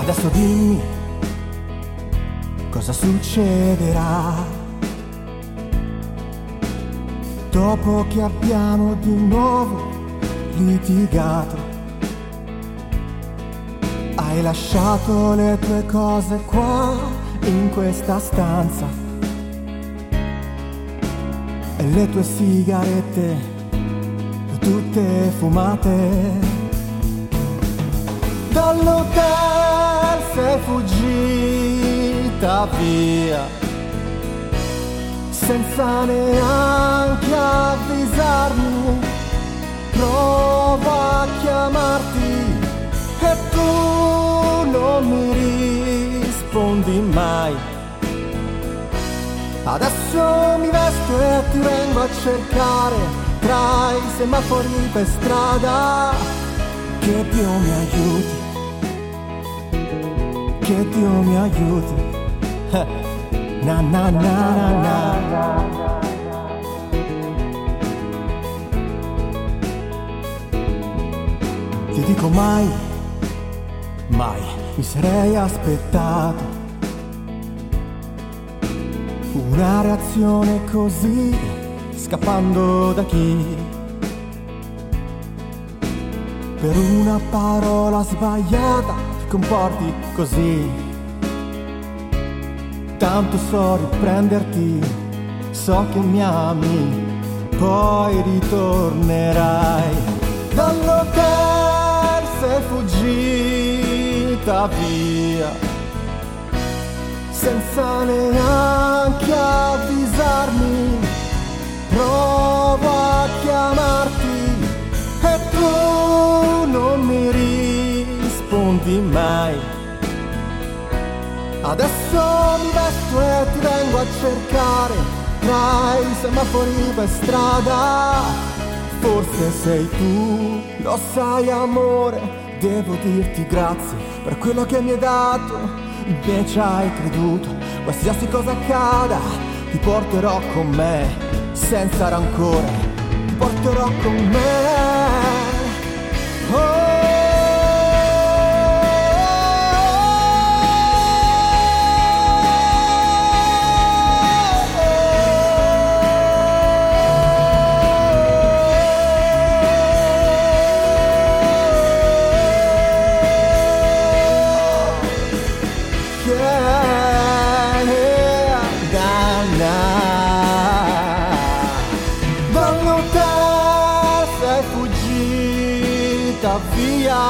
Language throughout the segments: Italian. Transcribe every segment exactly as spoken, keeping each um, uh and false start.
Adesso dimmi cosa succederà dopo che abbiamo di nuovo litigato. Hai lasciato le tue cose qua in questa stanza e le tue sigarette tutte fumate. Dall'hotel sei fuggita via senza neanche avvisarmi. Provo a chiamarti e tu non mi rispondi mai. Adesso mi vesto e ti vengo a cercare tra i semafori per strada. Che Dio mi aiuti, che Dio mi aiuti. Eh, na na na na na. Ti dico mai, mai mi sarei aspettato una reazione così, scappando da chi? Per una parola sbagliata ti comporti così. Tanto so riprenderti, so che mi ami, poi ritornerai. Dall'hotel sei fuggita via senza neanche avvisarmi. Provo a chiamarti e tu non mi rispondi mai. Adesso mi vesto e ti vengo a cercare tra i semafori per strada. Forse sei tu, lo sai amore, devo dirti grazie per quello che mi hai dato. In me ci hai creduto, qualsiasi cosa accada ti porterò con me, senza rancore, ti porterò con me. Oh. Via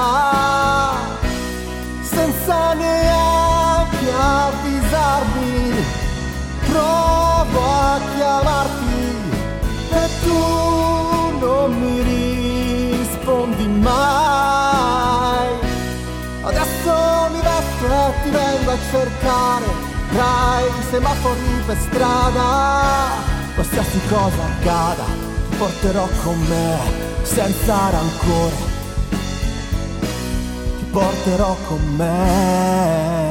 senza neanche avvisarmi. Provo a chiamarti e tu non mi rispondi mai. Adesso mi vesto e ti vengo a cercare tra i semafori per strada. Qualsiasi cosa accada ti porterò con me, senza rancore, porterò con me.